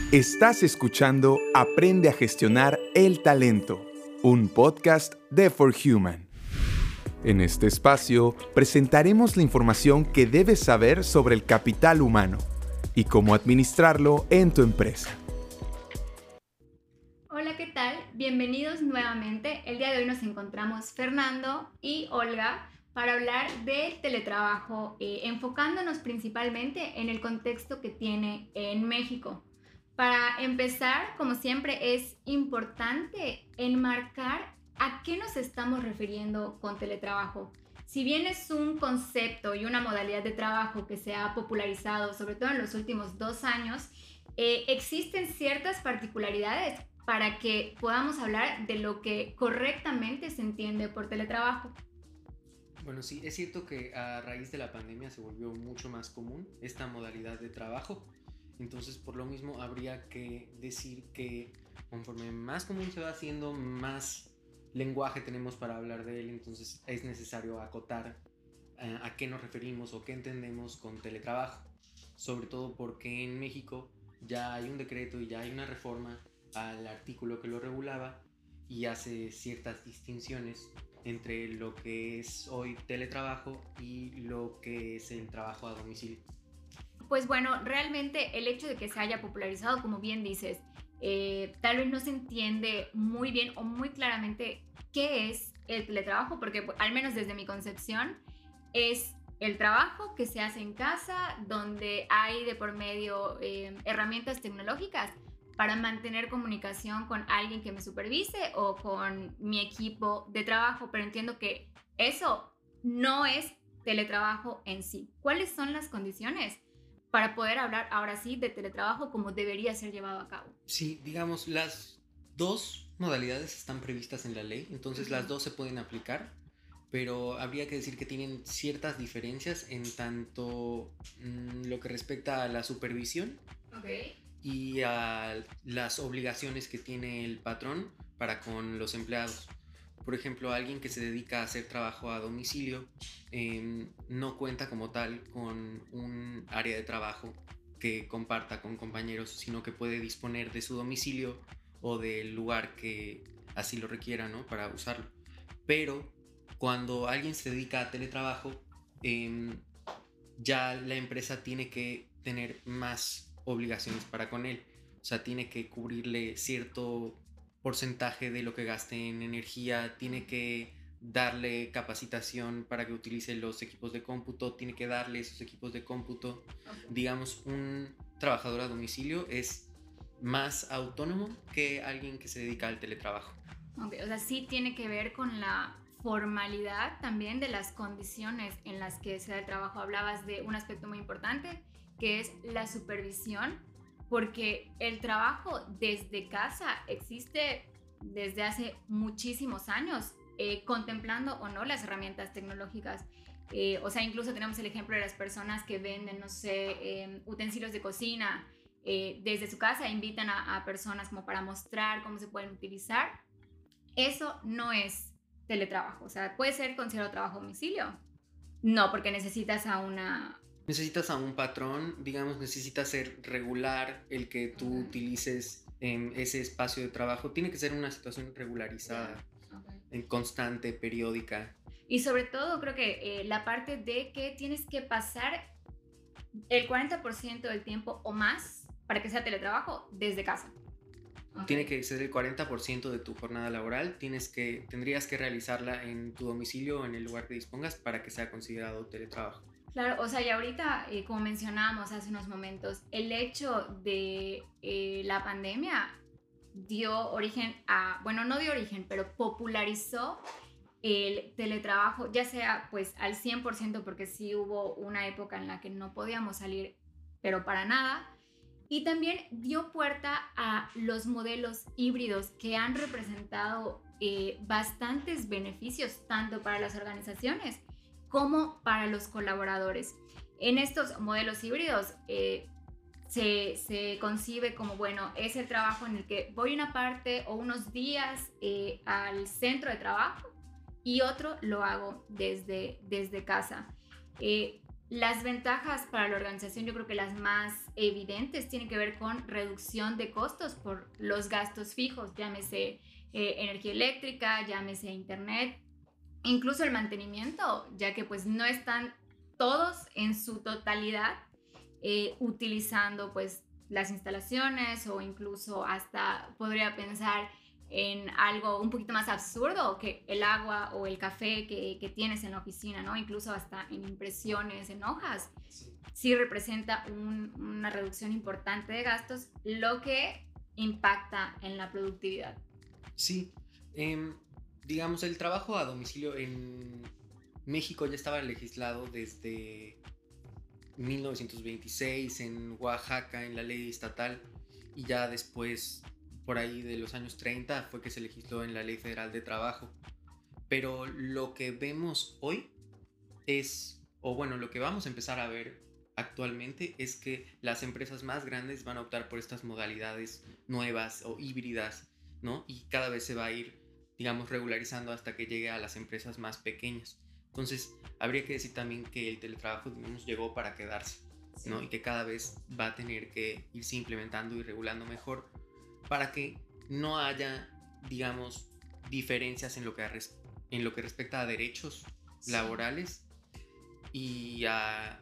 Estás escuchando Aprende a gestionar el talento, un podcast de For Human. En este espacio presentaremos la información que debes saber sobre el capital humano y cómo administrarlo en tu empresa. Hola, ¿qué tal? Bienvenidos nuevamente. El día de hoy nos encontramos Fernando y Olga para hablar del teletrabajo, enfocándonos principalmente en el contexto que tiene en México. Para empezar, como siempre, es importante enmarcar a qué nos estamos refiriendo con teletrabajo. Si bien es un concepto y una modalidad de trabajo que se ha popularizado, sobre todo en los últimos 2 años, existen ciertas particularidades para que podamos hablar de lo que correctamente se entiende por teletrabajo. Bueno, sí, es cierto que a raíz de la pandemia se volvió mucho más común esta modalidad de trabajo. Entonces, por lo mismo, habría que decir que conforme más común se va haciendo, más lenguaje tenemos para hablar de él. Entonces, es necesario acotar a qué nos referimos o qué entendemos con teletrabajo. Sobre todo porque en México ya hay un decreto y ya hay una reforma al artículo que lo regulaba y hace ciertas distinciones entre lo que es hoy teletrabajo y lo que es el trabajo a domicilio. Pues bueno, realmente el hecho de que se haya popularizado, como bien dices, tal vez no se entiende muy bien o muy claramente qué es el teletrabajo, porque al menos desde mi concepción es el trabajo que se hace en casa, donde hay de por medio herramientas tecnológicas para mantener comunicación con alguien que me supervise o con mi equipo de trabajo, pero entiendo que eso no es teletrabajo en sí. ¿Cuáles son las condiciones para poder hablar ahora sí de teletrabajo como debería ser llevado a cabo? Sí, digamos, las dos modalidades están previstas en la ley, entonces las dos se pueden aplicar, pero habría que decir que tienen ciertas diferencias en tanto lo que respecta a la supervisión y a las obligaciones que tiene el patrón para con los empleados. Por ejemplo, alguien que se dedica a hacer trabajo a domicilio no cuenta como tal con un área de trabajo que comparta con compañeros, sino que puede disponer de su domicilio o del lugar que así lo requiera, ¿no? Para usarlo. Pero cuando alguien se dedica a teletrabajo, ya la empresa tiene que tener más obligaciones para con él. O sea, tiene que cubrirle cierto porcentaje de lo que gaste en energía, tiene que darle capacitación para que utilice los equipos de cómputo, tiene que darle esos equipos de cómputo. Digamos, un trabajador a domicilio es más autónomo que alguien que se dedica al teletrabajo. Okay, o sea, sí tiene que ver con la formalidad también de las condiciones en las que se da el trabajo. Hablabas de un aspecto muy importante, que es la supervisión, porque el trabajo desde casa existe desde hace muchísimos años, contemplando o no las herramientas tecnológicas. O sea, incluso tenemos el ejemplo de las personas que venden, no sé, utensilios de cocina desde su casa, invitan a personas como para mostrar cómo se pueden utilizar. Eso no es teletrabajo. O sea, ¿puede ser considerado trabajo a domicilio? No, porque necesitas a una... Necesitas a un patrón, digamos, necesitas ser regular el que tú utilices ese espacio de trabajo. Tiene que ser una situación regularizada, en constante, periódica. Y sobre todo creo que la parte de que tienes que pasar el 40% del tiempo o más para que sea teletrabajo desde casa. Tiene que ser el 40% de tu jornada laboral, tendrías que realizarla en tu domicilio o en el lugar que dispongas para que sea considerado teletrabajo. Claro, o sea, y ahorita, como mencionábamos hace unos momentos, el hecho de la pandemia dio origen a, bueno, no dio origen, pero popularizó el teletrabajo, ya sea pues al 100%, porque sí hubo una época en la que no podíamos salir, pero para nada. Y también dio puerta a los modelos híbridos que han representado bastantes beneficios tanto para las organizaciones como para los colaboradores. En estos modelos híbridos se concibe como, bueno, es el trabajo en el que voy una parte o unos días al centro de trabajo y otro lo hago desde casa. Las ventajas para la organización, yo creo que las más evidentes tienen que ver con reducción de costos por los gastos fijos, llámese energía eléctrica, llámese internet, incluso el mantenimiento, ya que pues no están todos en su totalidad utilizando pues las instalaciones, o incluso hasta podría pensar en algo un poquito más absurdo que el agua o el café que tienes en la oficina, ¿no? Incluso hasta en impresiones, en hojas, sí representa una reducción importante de gastos, lo que impacta en la productividad. Sí, digamos, el trabajo a domicilio en México ya estaba legislado desde 1926 en Oaxaca, en la ley estatal, y ya después, por ahí de los años 30, fue que se legisló en la Ley Federal de Trabajo. Pero lo que vemos hoy es, o bueno, lo que vamos a empezar a ver actualmente es que las empresas más grandes van a optar por estas modalidades nuevas o híbridas, ¿no? Y cada vez se va a ir, digamos, regularizando hasta que llegue a las empresas más pequeñas. Entonces, habría que decir también que el teletrabajo, digamos, llegó para quedarse, ¿no? Y que cada vez va a tener que irse implementando y regulando mejor para que no haya, digamos, diferencias en lo que respecta a derechos laborales y a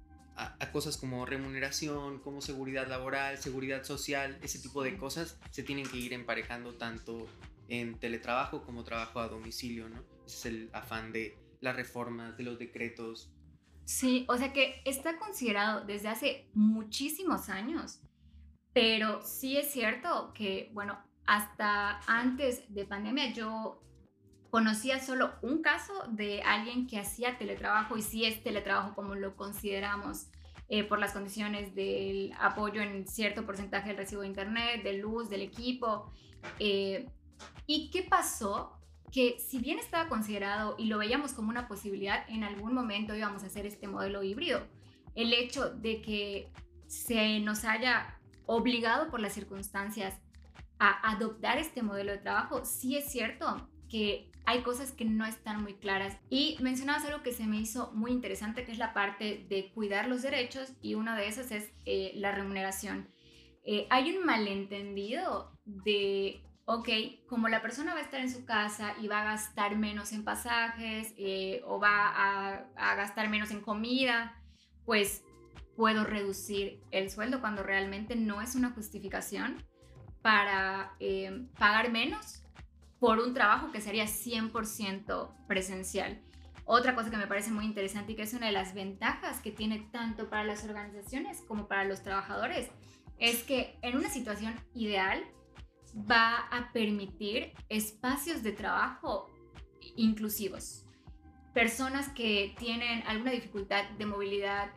cosas como remuneración, como seguridad laboral, seguridad social. Ese tipo de cosas se tienen que ir emparejando tanto en teletrabajo como trabajo a domicilio, ¿no? Ese es el afán de las reformas, de los decretos. Sí, o sea que está considerado desde hace muchísimos años, pero sí es cierto que, bueno, hasta antes de pandemia yo conocía solo un caso de alguien que hacía teletrabajo, y sí es teletrabajo como lo consideramos por las condiciones del apoyo en cierto porcentaje del recibo de internet, de luz, del equipo. eh, ¿Y qué pasó? Que si bien estaba considerado y lo veíamos como una posibilidad, en algún momento íbamos a hacer este modelo híbrido. El hecho de que se nos haya obligado por las circunstancias a adoptar este modelo de trabajo, sí es cierto que hay cosas que no están muy claras. Y mencionabas algo que se me hizo muy interesante, que es la parte de cuidar los derechos, y una de esas es la remuneración. Hay un malentendido de, ok, como la persona va a estar en su casa y va a gastar menos en pasajes, o va a gastar menos en comida, pues puedo reducir el sueldo, cuando realmente no es una justificación para pagar menos por un trabajo que sería 100% presencial. Otra cosa que me parece muy interesante y que es una de las ventajas que tiene tanto para las organizaciones como para los trabajadores, es que en una situación ideal va a permitir espacios de trabajo inclusivos. Personas que tienen alguna dificultad de movilidad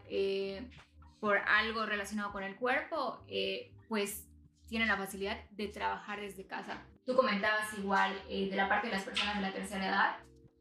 por algo relacionado con el cuerpo, pues tienen la facilidad de trabajar desde casa. Tú comentabas igual de la parte de las personas de la tercera edad,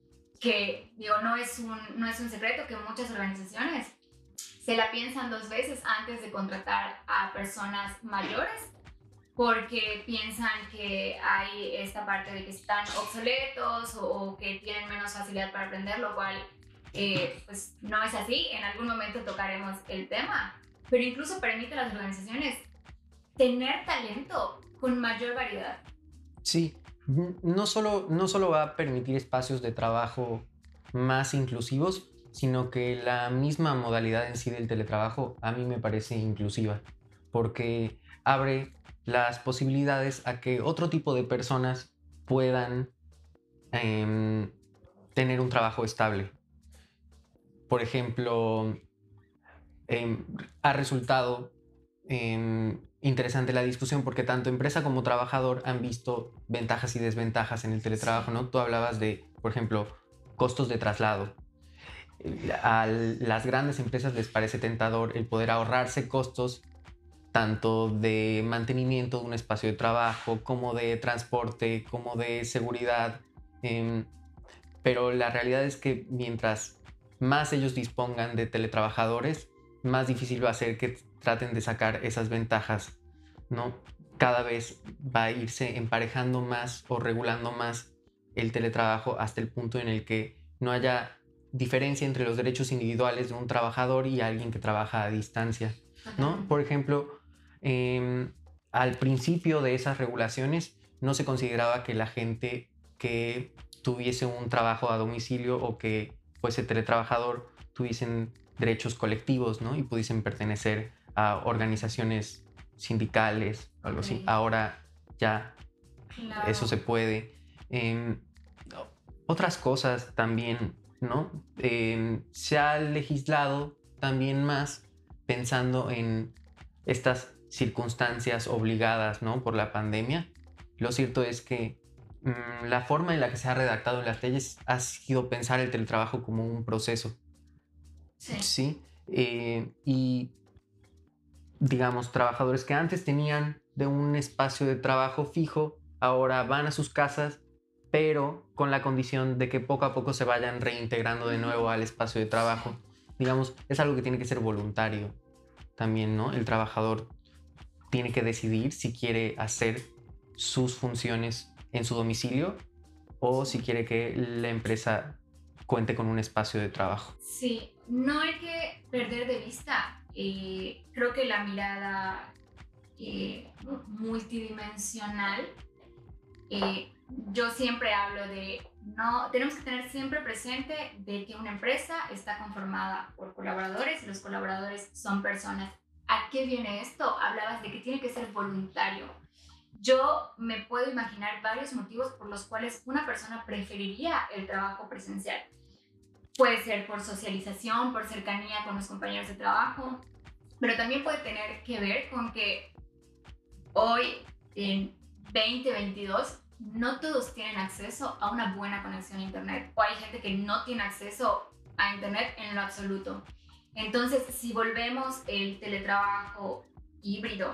que digo, no es un secreto que muchas organizaciones se la piensan dos veces antes de contratar a personas mayores, porque piensan que hay esta parte de que están obsoletos o que tienen menos facilidad para aprender, lo cual pues no es así. En algún momento tocaremos el tema, pero incluso permite a las organizaciones tener talento con mayor variedad. Sí, no solo va a permitir espacios de trabajo más inclusivos, sino que la misma modalidad en sí del teletrabajo a mí me parece inclusiva, porque abre las posibilidades a que otro tipo de personas puedan tener un trabajo estable. Por ejemplo, ha resultado interesante la discusión porque tanto empresa como trabajador han visto ventajas y desventajas en el teletrabajo, ¿no? Tú hablabas de, por ejemplo, costos de traslado. A las grandes empresas les parece tentador el poder ahorrarse costos tanto de mantenimiento de un espacio de trabajo, como de transporte, como de seguridad. Pero la realidad es que mientras más ellos dispongan de teletrabajadores, más difícil va a ser que traten de sacar esas ventajas, ¿no? Cada vez va a irse emparejando más o regulando más el teletrabajo hasta el punto en el que no haya diferencia entre los derechos individuales de un trabajador y alguien que trabaja a distancia, ¿no? Por ejemplo, al principio de esas regulaciones no se consideraba que la gente que tuviese un trabajo a domicilio o que fuese teletrabajador tuviesen derechos colectivos, ¿no? Y pudiesen pertenecer a organizaciones sindicales, algo así. Ahora ya eso se puede. Otras cosas también, ¿no? Se ha legislado también más pensando en estas circunstancias obligadas, ¿no? Por la pandemia. Lo cierto es que la forma en la que se ha redactado en las leyes ha sido pensar el teletrabajo como un proceso. Sí. Y digamos, trabajadores que antes tenían de un espacio de trabajo fijo, ahora van a sus casas, pero con la condición de que poco a poco se vayan reintegrando de nuevo al espacio de trabajo. Digamos, es algo que tiene que ser voluntario también, ¿no? El trabajador tiene que decidir si quiere hacer sus funciones en su domicilio o si quiere que la empresa cuente con un espacio de trabajo. Sí, no hay que perder de vista, creo que la mirada multidimensional, yo siempre hablo de, no, tenemos que tener siempre presente de que una empresa está conformada por colaboradores y los colaboradores son personas. ¿A qué viene esto? Hablabas de que tiene que ser voluntario. Yo me puedo imaginar varios motivos por los cuales una persona preferiría el trabajo presencial. Puede ser por socialización, por cercanía con los compañeros de trabajo, pero también puede tener que ver con que hoy, en 2022, no todos tienen acceso a una buena conexión a Internet, o hay gente que no tiene acceso a Internet en lo absoluto. Entonces, si volvemos el teletrabajo híbrido,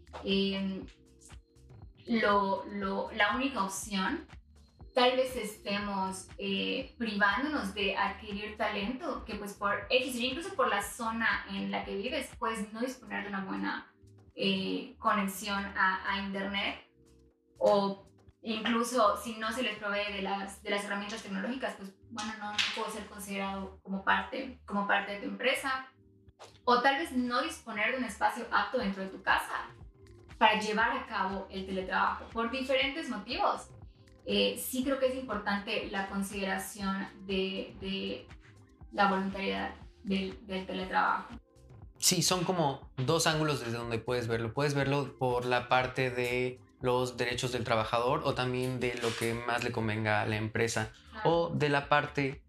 la única opción, tal vez estemos privándonos de adquirir talento que pues por X, incluso por la zona en la que vives, puedes no disponer de una buena conexión a Internet, o incluso si no se les provee de las herramientas tecnológicas, pues bueno, no puedo ser considerado como parte de tu empresa, o tal vez no disponer de un espacio apto dentro de tu casa para llevar a cabo el teletrabajo por diferentes motivos. Sí creo que es importante la consideración de la voluntariedad del teletrabajo. Sí, son como dos ángulos desde donde puedes verlo. Puedes verlo por la parte de los derechos del trabajador o también de lo que más le convenga a la empresa, o de la parte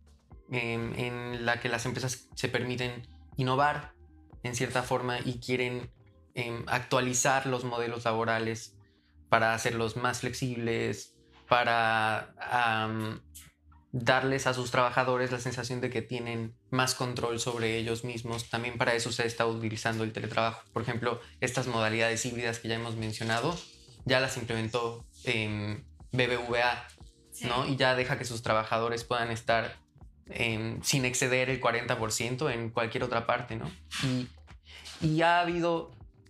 en la que las empresas se permiten innovar en cierta forma y quieren actualizar los modelos laborales para hacerlos más flexibles, para darles a sus trabajadores la sensación de que tienen más control sobre ellos mismos. También para eso se está utilizando el teletrabajo. Por ejemplo, estas modalidades híbridas que ya hemos mencionado, ya las implementó BBVA, sí, ¿no? Y ya deja que sus trabajadores puedan estar sin exceder el 40% en cualquier otra parte, ¿no? Y ha habido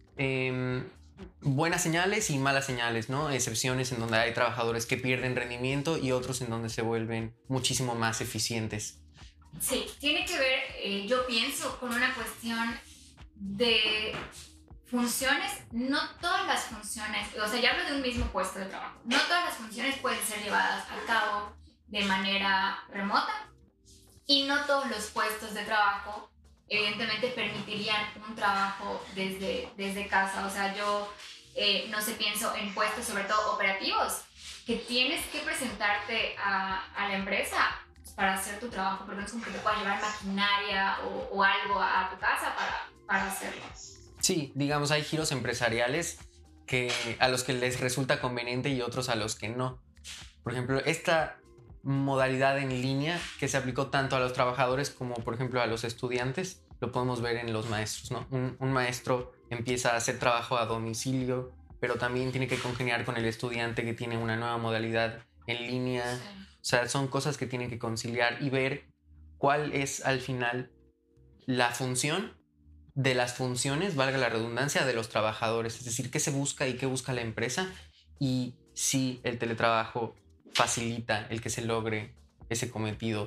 buenas señales y malas señales, ¿no? Excepciones en donde hay trabajadores que pierden rendimiento y otros en donde se vuelven muchísimo más eficientes. Sí, tiene que ver, yo pienso, con una cuestión de funciones. No todas las funciones, o sea, ya hablo de un mismo puesto de trabajo, no todas las funciones pueden ser llevadas a cabo de manera remota, y no todos los puestos de trabajo evidentemente permitirían un trabajo desde casa. O sea, yo no sé, pienso en puestos sobre todo operativos, que tienes que presentarte a la empresa para hacer tu trabajo, porque no es como que te puedas llevar maquinaria o algo a tu casa para hacerlo. Sí, digamos, hay giros empresariales a los que les resulta conveniente y otros a los que no. Por ejemplo, esta modalidad en línea que se aplicó tanto a los trabajadores como, por ejemplo, a los estudiantes, lo podemos ver en los maestros, ¿no? Un maestro empieza a hacer trabajo a domicilio, pero también tiene que congeniar con el estudiante que tiene una nueva modalidad en línea. Sí. O sea, son cosas que tienen que conciliar y ver cuál es al final la función de las funciones, valga la redundancia, de los trabajadores. Es decir, qué se busca y qué busca la empresa, y si el teletrabajo facilita el que se logre ese cometido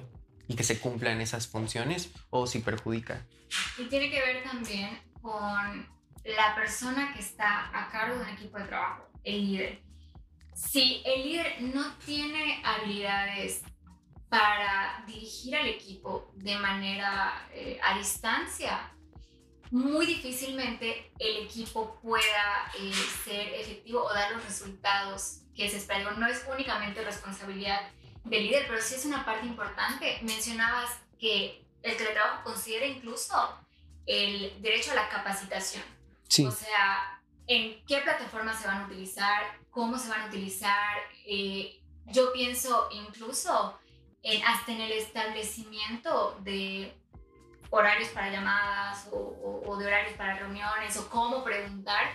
y que se cumplan esas funciones o si perjudica. Y tiene que ver también con la persona que está a cargo de un equipo de trabajo, el líder. Si el líder no tiene habilidades para dirigir al equipo de manera a distancia, muy difícilmente el equipo pueda ser efectivo o dar los resultados que se esperan. No es únicamente responsabilidad del líder, pero sí es una parte importante. Mencionabas que el teletrabajo considera incluso el derecho a la capacitación. Sí. O sea, en qué plataformas se van a utilizar, cómo se van a utilizar. Yo pienso incluso hasta en el establecimiento de horarios para llamadas o de horarios para reuniones o cómo preguntar,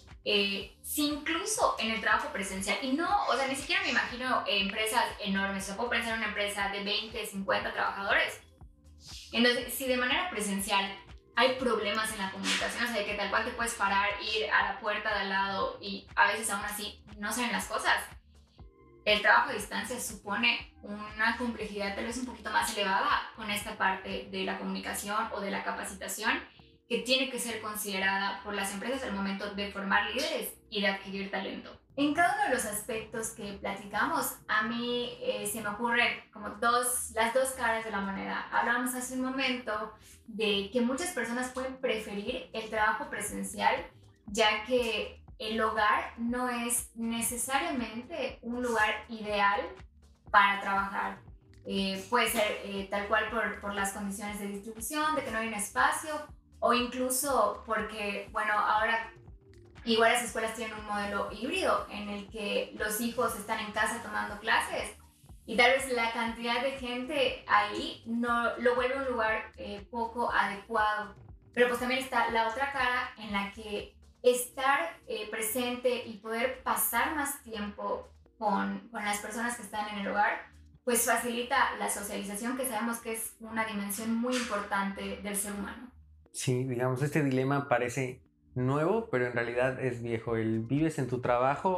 si incluso en el trabajo presencial. Y no, o sea, ni siquiera me imagino empresas enormes. O puedo pensar en una empresa de 20, 50 trabajadores. Entonces, si de manera presencial hay problemas en la comunicación, o sea, de que tal cual te puedes parar, ir a la puerta de al lado y a veces aún así no salen las cosas, el trabajo a distancia supone una complejidad tal vez un poquito más elevada con esta parte de la comunicación o de la capacitación que tiene que ser considerada por las empresas al momento de formar líderes y de adquirir talento. En cada uno de los aspectos que platicamos, a mí se me ocurren como las dos caras de la moneda. Hablábamos hace un momento de que muchas personas pueden preferir el trabajo presencial, ya que el hogar no es necesariamente un lugar ideal para trabajar. Puede ser tal cual por las condiciones de distribución, de que no hay un espacio, o incluso porque, bueno, ahora igual las escuelas tienen un modelo híbrido en el que los hijos están en casa tomando clases y tal vez la cantidad de gente ahí no lo vuelve un lugar poco adecuado. Pero pues también está la otra cara en la que estar presente y poder pasar más tiempo con las personas que están en el hogar, pues facilita la socialización, que sabemos que es una dimensión muy importante del ser humano. Sí, digamos, este dilema parece nuevo, pero en realidad es viejo. El ¿vives en tu trabajo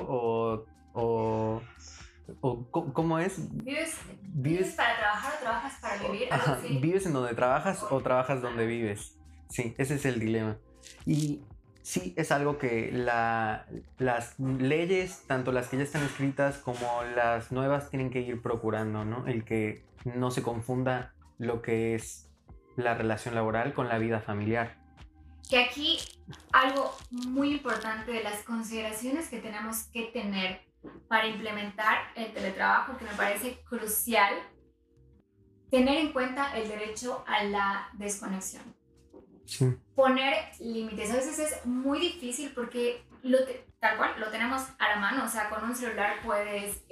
o cómo es? ¿Vives para trabajar o trabajas para vivir? Ajá, ¿vives en donde trabajas o trabajas donde vives? Sí, ese es el dilema. Y sí, es algo que las leyes, tanto las que ya están escritas como las nuevas, tienen que ir procurando, ¿no? El que no se confunda lo que es la relación laboral con la vida familiar. Que aquí algo muy importante de las consideraciones que tenemos que tener para implementar el teletrabajo, que me parece crucial, tener en cuenta el derecho a la desconexión. Sí. Poner límites. A veces es muy difícil porque tal cual lo tenemos a la mano. O sea, con un celular puedes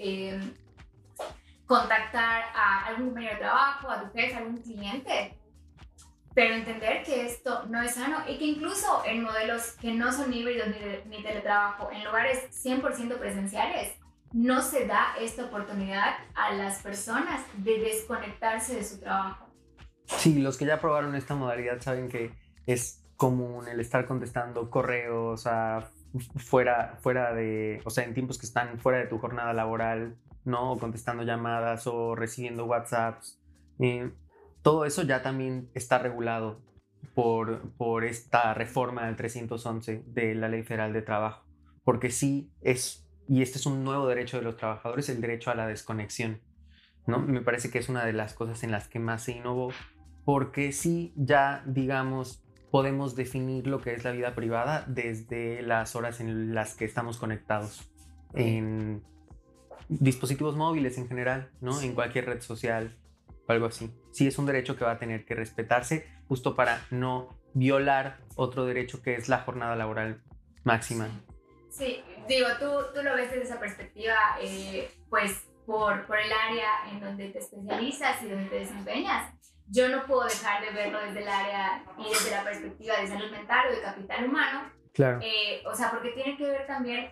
contactar a algún compañero de trabajo, a tu jefe, a algún cliente. Pero entender que esto no es sano y que incluso en modelos que no son híbridos ni teletrabajo, en lugares 100% presenciales, no se da esta oportunidad a las personas de desconectarse de su trabajo. Sí, los que ya probaron esta modalidad saben que es común el estar contestando correos fuera de, o sea, en tiempos que están fuera de tu jornada laboral, ¿no? O contestando llamadas o recibiendo WhatsApps. Todo eso ya también está regulado por esta reforma del 311 de la Ley Federal de Trabajo, porque sí es, y este es un nuevo derecho de los trabajadores, el derecho a la desconexión, ¿no? Me parece que es una de las cosas en las que más se innovó, porque sí ya, digamos, podemos definir lo que es la vida privada desde las horas en las que estamos conectados en dispositivos móviles en general, ¿no? En cualquier red social, algo así. Sí, es un derecho que va a tener que respetarse justo para no violar otro derecho que es la jornada laboral máxima. Sí, digo, tú lo ves desde esa perspectiva, pues por el área en donde te especializas y donde te desempeñas. Yo no puedo dejar de verlo desde el área y desde la perspectiva de salud mental o de capital humano. Claro. O sea, porque tiene que ver también,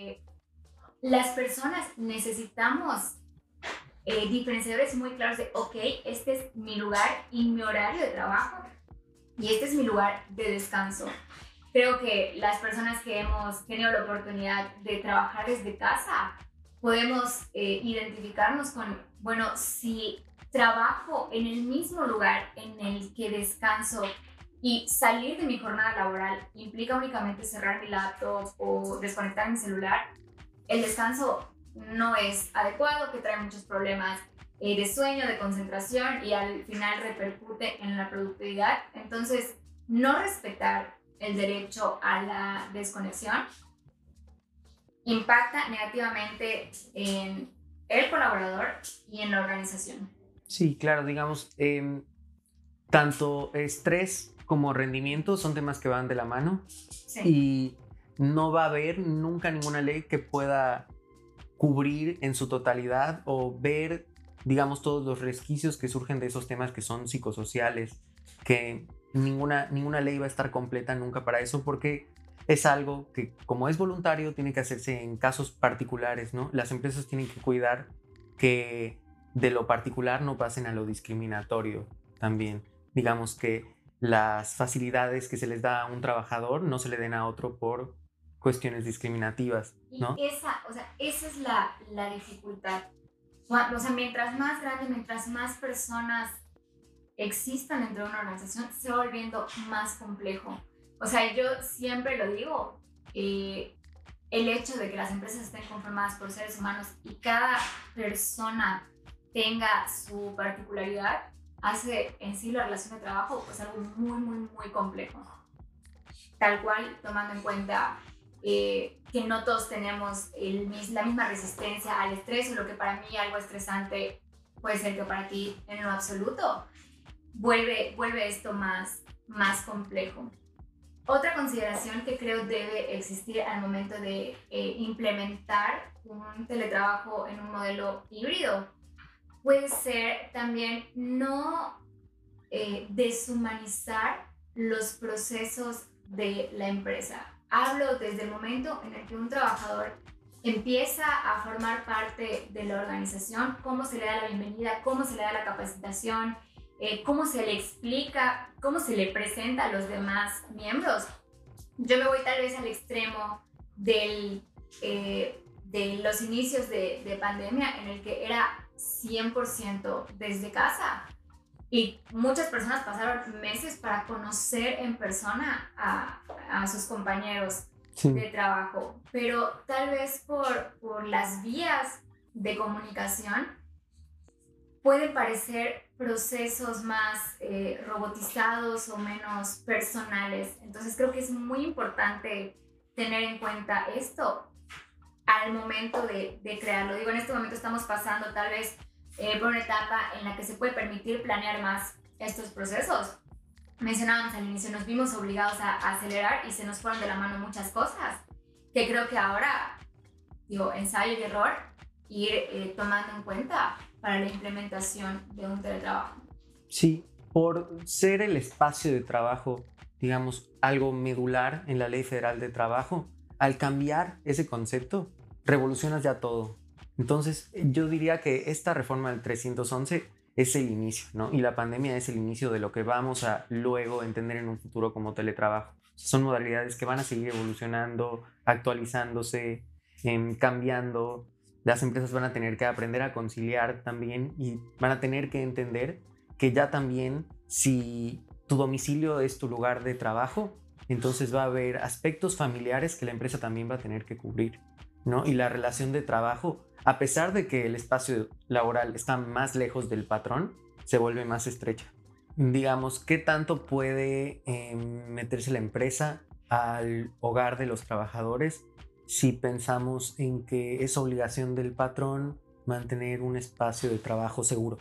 las personas necesitamos diferenciadores muy claros de, ok, este es mi lugar y mi horario de trabajo y este es mi lugar de descanso. Creo que las personas que hemos tenido la oportunidad de trabajar desde casa, podemos identificarnos con, bueno, si trabajo en el mismo lugar en el que descanso y salir de mi jornada laboral implica únicamente cerrar mi laptop o desconectar mi celular, el descanso no es adecuado, que trae muchos problemas de sueño, de concentración y al final repercute en la productividad. Entonces, no respetar el derecho a la desconexión impacta negativamente en el colaborador y en la organización. Sí, claro, digamos, tanto estrés como rendimiento son temas que van de la mano. Sí. Y no va a haber nunca ninguna ley que pueda cubrir en su totalidad o ver, digamos, todos los resquicios que surgen de esos temas que son psicosociales, que ninguna ley va a estar completa nunca para eso, porque es algo que, como es voluntario, tiene que hacerse en casos particulares, ¿no? Las empresas tienen que cuidar que de lo particular no pasen a lo discriminatorio también. Digamos que las facilidades que se les da a un trabajador no se le den a otro por cuestiones discriminativas, ¿no? Y esa es la dificultad. O sea, mientras más grande, mientras más personas existan dentro de una organización, se va volviendo más complejo. O sea, yo siempre lo digo, el hecho de que las empresas estén conformadas por seres humanos y cada persona tenga su particularidad, hace en sí la relación de trabajo pues algo muy, muy, muy complejo. Tal cual, tomando en cuenta que no todos tenemos la misma resistencia al estrés, o lo que para mí algo estresante puede ser que para ti en lo absoluto, vuelve esto más complejo. Otra consideración que creo debe existir al momento de implementar un teletrabajo en un modelo híbrido puede ser también no deshumanizar los procesos de la empresa. Hablo desde el momento en el que un trabajador empieza a formar parte de la organización, cómo se le da la bienvenida, cómo se le da la capacitación, cómo se le explica, cómo se le presenta a los demás miembros. Yo me voy tal vez al extremo de los inicios de pandemia, en el que era 100% desde casa. Y muchas personas pasaron meses para conocer en persona a sus compañeros de trabajo. Pero tal vez por las vías de comunicación pueden parecer procesos más robotizados o menos personales. Entonces creo que es muy importante tener en cuenta esto al momento de crearlo. Digo, en este momento estamos pasando tal vez por una etapa en la que se puede permitir planear más estos procesos. Mencionábamos al inicio, nos vimos obligados a acelerar y se nos fueron de la mano muchas cosas, que creo que ahora, digo, ensayo y error, ir tomando en cuenta para la implementación de un teletrabajo. Sí, por ser el espacio de trabajo, digamos, algo medular en la Ley Federal de Trabajo, al cambiar ese concepto, revolucionas ya todo. Entonces, yo diría que esta reforma del 311 es el inicio, ¿no? Y la pandemia es el inicio de lo que vamos a luego entender en un futuro como teletrabajo. Son modalidades que van a seguir evolucionando, actualizándose, cambiando. Las empresas van a tener que aprender a conciliar también y van a tener que entender que ya también, si tu domicilio es tu lugar de trabajo, entonces va a haber aspectos familiares que la empresa también va a tener que cubrir, ¿no? Y la relación de trabajo, a pesar de que el espacio laboral está más lejos del patrón, se vuelve más estrecha. Digamos, ¿qué tanto puede meterse la empresa al hogar de los trabajadores si pensamos en que es obligación del patrón mantener un espacio de trabajo seguro?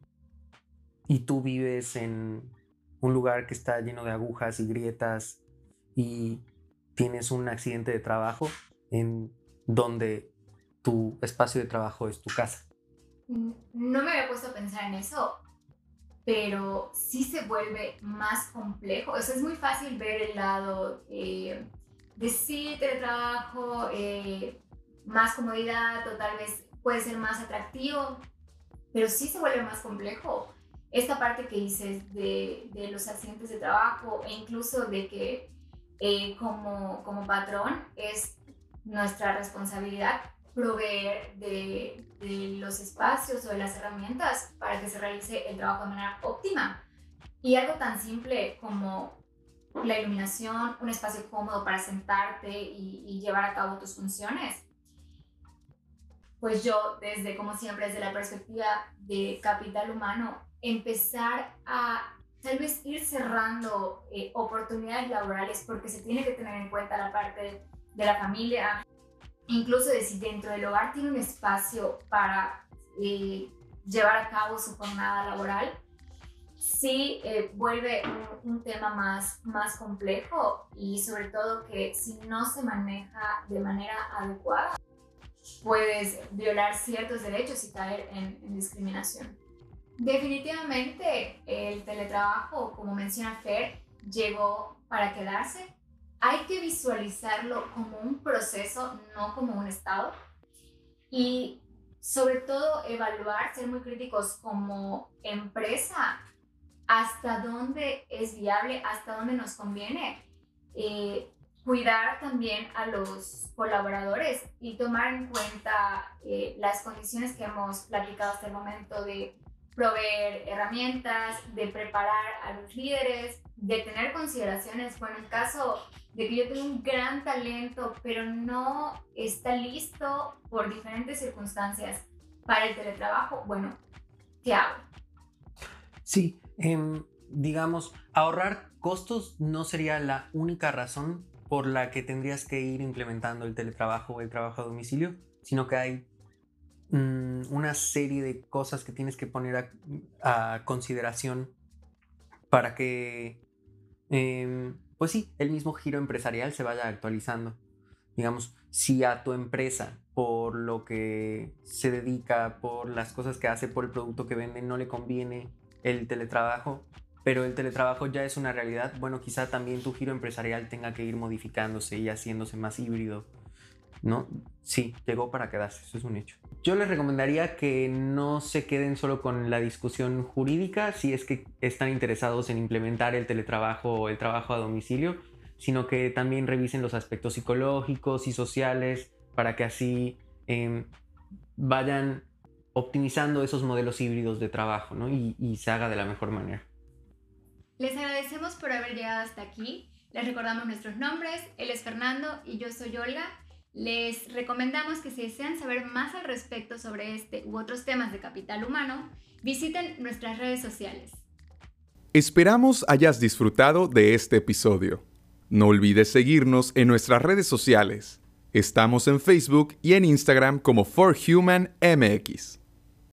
Y tú vives en un lugar que está lleno de agujas y grietas y tienes un accidente de trabajo en donde tu espacio de trabajo es tu casa. No me había puesto a pensar en eso, pero sí se vuelve más complejo. O sea, es muy fácil ver el lado de sí, teletrabajo, más comodidad, o tal vez puede ser más atractivo, pero sí se vuelve más complejo. Esta parte que dices de los accidentes de trabajo e incluso de que como patrón es nuestra responsabilidad proveer de los espacios o de las herramientas para que se realice el trabajo de manera óptima. Y algo tan simple como la iluminación, un espacio cómodo para sentarte y llevar a cabo tus funciones. Pues yo, como siempre, desde la perspectiva de capital humano, empezar a tal vez ir cerrando oportunidades laborales, porque se tiene que tener en cuenta la parte de la familia, incluso de si dentro del hogar tiene un espacio para llevar a cabo su jornada laboral. Sí, vuelve un tema más complejo, y sobre todo que si no se maneja de manera adecuada, puedes violar ciertos derechos y caer en discriminación. Definitivamente el teletrabajo, como menciona Fer, llegó para quedarse. Hay que visualizarlo como un proceso, no como un estado. Y sobre todo evaluar, ser muy críticos como empresa, hasta dónde es viable, hasta dónde nos conviene. Cuidar también a los colaboradores y tomar en cuenta las condiciones que hemos platicado hasta el momento, de proveer herramientas, de preparar a los líderes, de tener consideraciones. Bueno, en caso de que yo tengo un gran talento, pero no está listo por diferentes circunstancias para el teletrabajo, bueno, ¿qué hago? Sí, digamos, ahorrar costos no sería la única razón por la que tendrías que ir implementando el teletrabajo o el trabajo a domicilio, sino que hay una serie de cosas que tienes que poner a consideración para que, pues sí, el mismo giro empresarial se vaya actualizando. Digamos, si a tu empresa, por lo que se dedica, por las cosas que hace, por el producto que vende, no le conviene el teletrabajo, pero el teletrabajo ya es una realidad, bueno, quizá también tu giro empresarial tenga que ir modificándose y haciéndose más híbrido, ¿no? Sí, llegó para quedarse, eso es un hecho. Yo les recomendaría que no se queden solo con la discusión jurídica si es que están interesados en implementar el teletrabajo o el trabajo a domicilio, sino que también revisen los aspectos psicológicos y sociales para que así vayan optimizando esos modelos híbridos de trabajo, ¿no? Y se haga de la mejor manera. Les agradecemos por haber llegado hasta aquí. Les recordamos nuestros nombres. Él es Fernando y yo soy Olga. Les recomendamos que si desean saber más al respecto sobre este u otros temas de capital humano, visiten nuestras redes sociales. Esperamos hayas disfrutado de este episodio. No olvides seguirnos en nuestras redes sociales. Estamos en Facebook y en Instagram como ForHumanMX.